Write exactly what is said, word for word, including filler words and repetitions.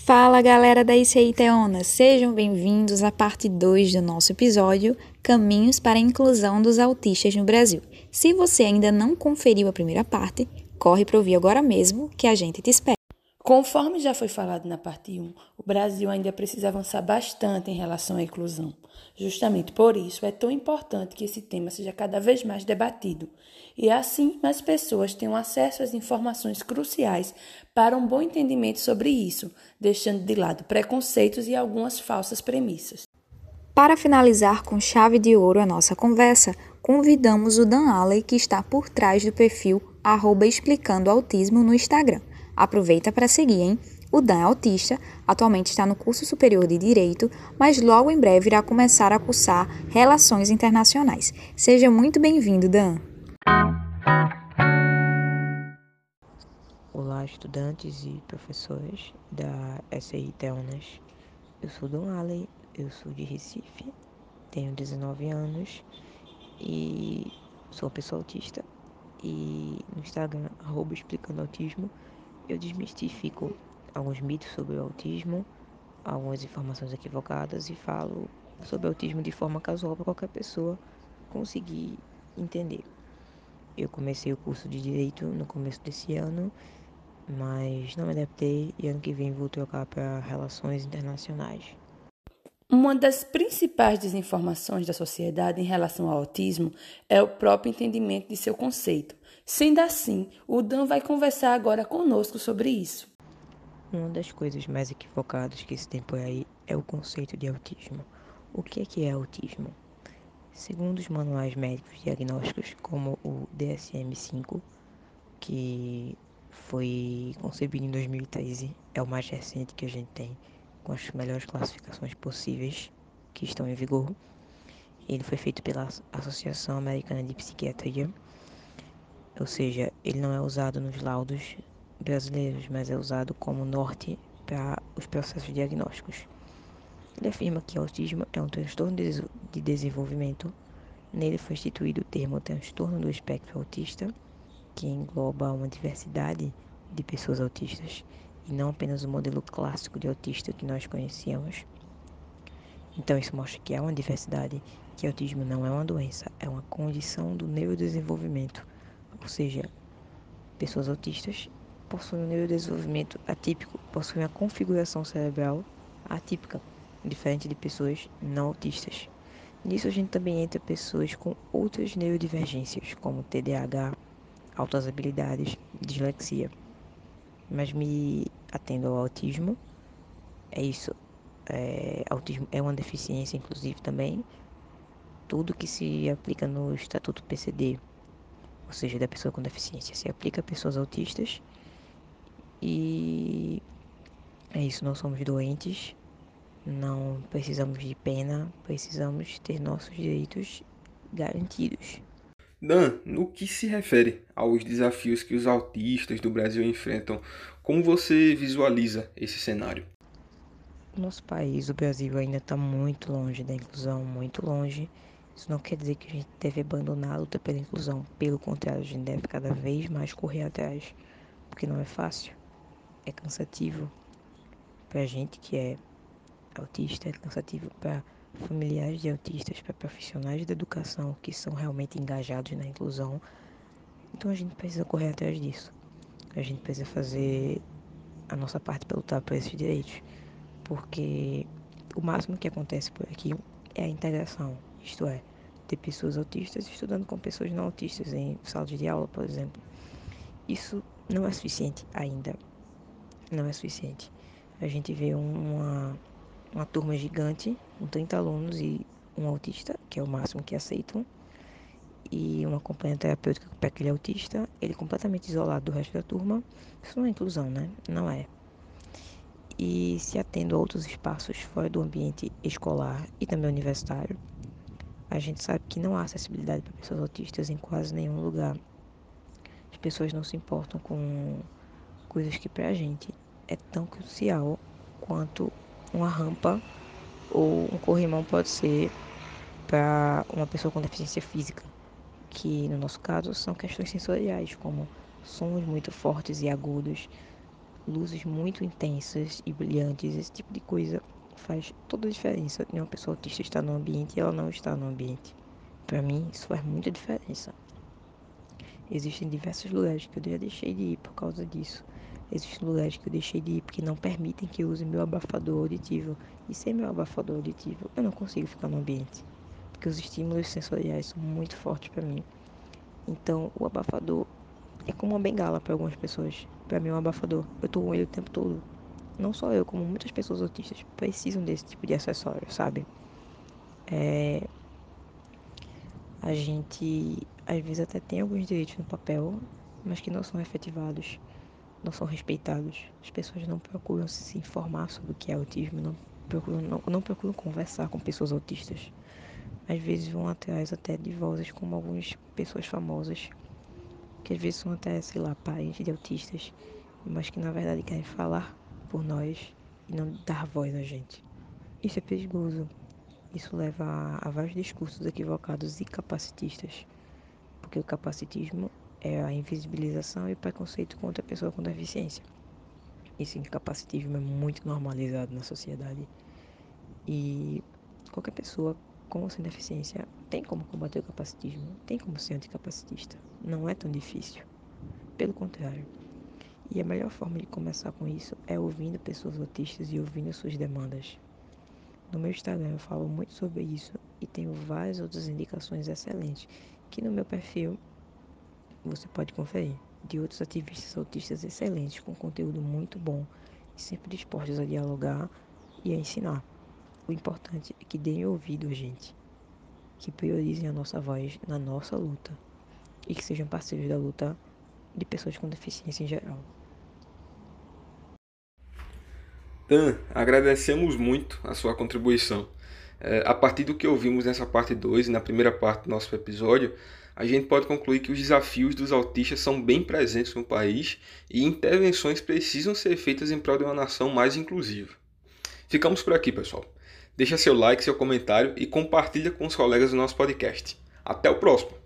Fala galera da I C I Teona, sejam bem-vindos à parte dois do nosso episódio Caminhos para a Inclusão dos Autistas no Brasil. Se você ainda não conferiu a primeira parte, corre para ouvir agora mesmo que a gente te espera. Conforme já foi falado na parte um, o Brasil ainda precisa avançar bastante em relação à inclusão. Justamente por isso é tão importante que esse tema seja cada vez mais debatido e assim mais pessoas tenham acesso às informações cruciais para um bom entendimento sobre isso, deixando de lado preconceitos e algumas falsas premissas. Para finalizar com chave de ouro a nossa conversa, convidamos o Dan Alley, que está por trás do perfil arroba explicando autismo no Instagram. Aproveita para seguir, hein? O Dan é autista, atualmente está no curso superior de Direito, mas logo em breve irá começar a cursar Relações Internacionais. Seja muito bem-vindo, Dan. Olá, estudantes e professores da S I Teonas. Eu sou Dan Alley, eu sou de Recife, tenho dezenove anos e sou uma pessoa autista. E no Instagram, arroba explicando autismo, eu desmistifico alguns mitos sobre o autismo, algumas informações equivocadas e falo sobre autismo de forma casual para qualquer pessoa conseguir entender. Eu comecei o curso de Direito no começo desse ano, mas não me adaptei e ano que vem vou trocar para Relações Internacionais. Uma das principais desinformações da sociedade em relação ao autismo é o próprio entendimento de seu conceito. Sendo assim, o Dan vai conversar agora conosco sobre isso. Uma das coisas mais equivocadas que se tem por aí é o conceito de autismo. O que é que é autismo? Segundo os manuais médicos diagnósticos, como o D S M cinco, que foi concebido em dois mil e treze, é o mais recente que a gente tem, com as melhores classificações possíveis que estão em vigor. Ele foi feito pela Associação Americana de Psiquiatria, ou seja, ele não é usado nos laudos brasileiros, mas é usado como norte para os processos diagnósticos. Ele afirma que autismo é um transtorno de desenvolvimento. Nele foi instituído o termo transtorno do espectro autista, que engloba uma diversidade de pessoas autistas e não apenas o modelo clássico de autista que nós conhecíamos. Então isso mostra que há uma diversidade, que autismo não é uma doença, é uma condição do neurodesenvolvimento, ou seja, pessoas autistas possuem um neurodesenvolvimento atípico, possuem uma configuração cerebral atípica, diferente de pessoas não autistas. Nisso a gente também entra pessoas com outras neurodivergências, como T D A H, altas habilidades, dislexia. Mas me atendo ao autismo, é isso. É, autismo é uma deficiência, inclusive, também. Tudo que se aplica no Estatuto P C D, ou seja, da pessoa com deficiência, se aplica a pessoas autistas. E é isso, nós somos doentes, não precisamos de pena, precisamos ter nossos direitos garantidos. Dan, no que se refere aos desafios que os autistas do Brasil enfrentam, como você visualiza esse cenário? Nosso país, o Brasil, ainda está muito longe da inclusão, muito longe. Isso não quer dizer que a gente deve abandonar a luta pela inclusão. Pelo contrário, a gente deve cada vez mais correr atrás, porque não é fácil, é cansativo para a gente que é autista, é cansativo para familiares de autistas, para profissionais da educação que são realmente engajados na inclusão. Então a gente precisa correr atrás disso. A gente precisa fazer a nossa parte para lutar por esses direitos, porque o máximo que acontece por aqui é a integração, isto é, ter pessoas autistas estudando com pessoas não autistas em sala de aula, por exemplo. Isso não é suficiente ainda, não é suficiente. A gente vê uma, uma turma gigante, com trinta alunos e um autista, que é o máximo que aceitam, e uma companhia terapêutica para aquele autista, ele completamente isolado do resto da turma. Isso não é inclusão, né? Não é. E se atendo a outros espaços fora do ambiente escolar e também universitário, a gente sabe que não há acessibilidade para pessoas autistas em quase nenhum lugar. As pessoas não se importam com coisas que para a gente é tão crucial quanto uma rampa ou um corrimão pode ser para uma pessoa com deficiência física, que no nosso caso são questões sensoriais, como sons muito fortes e agudos, luzes muito intensas e brilhantes, esse tipo de coisa faz toda a diferença em uma pessoa autista estar no ambiente e ela não estar no ambiente. Para mim, isso faz muita diferença. Existem diversos lugares que eu já deixei de ir por causa disso. Existem lugares que eu deixei de ir porque não permitem que eu use meu abafador auditivo. E sem meu abafador auditivo, eu não consigo ficar no ambiente, porque os estímulos sensoriais são muito fortes para mim. Então, o abafador é como uma bengala para algumas pessoas. Para mim é um abafador. Eu tô com ele o tempo todo. Não só eu, como muitas pessoas autistas precisam desse tipo de acessório, sabe? É... A gente, às vezes, até tem alguns direitos no papel, mas que não são efetivados, não são respeitados. As pessoas não procuram se informar sobre o que é autismo, não procuram, não, não procuram conversar com pessoas autistas. Às vezes vão atrás até de vozes como algumas pessoas famosas, que às vezes são até, sei lá, parentes de autistas, mas que na verdade querem falar por nós e não dar voz a gente. Isso é perigoso. Isso leva a, a vários discursos equivocados e capacitistas, porque o capacitismo é a invisibilização e o preconceito contra a pessoa com deficiência. Esse incapacitismo é muito normalizado na sociedade e qualquer pessoa com ou sem deficiência tem como combater o capacitismo, tem como ser anticapacitista. Não é tão difícil, pelo contrário. E a melhor forma de começar com isso é ouvindo pessoas autistas e ouvindo suas demandas. No meu Instagram eu falo muito sobre isso e tenho várias outras indicações excelentes que no meu perfil você pode conferir, de outros ativistas autistas excelentes com conteúdo muito bom e sempre dispostos a dialogar e a ensinar. O importante é que deem ouvido a gente, que priorizem a nossa voz na nossa luta e que sejam parceiros da luta de pessoas com deficiência em geral. Dan, agradecemos muito a sua contribuição. É, a partir do que ouvimos nessa parte dois e na primeira parte do nosso episódio, a gente pode concluir que os desafios dos autistas são bem presentes no país e intervenções precisam ser feitas em prol de uma nação mais inclusiva. Ficamos por aqui, pessoal. Deixa seu like, seu comentário e compartilha com os colegas do nosso podcast. Até o próximo!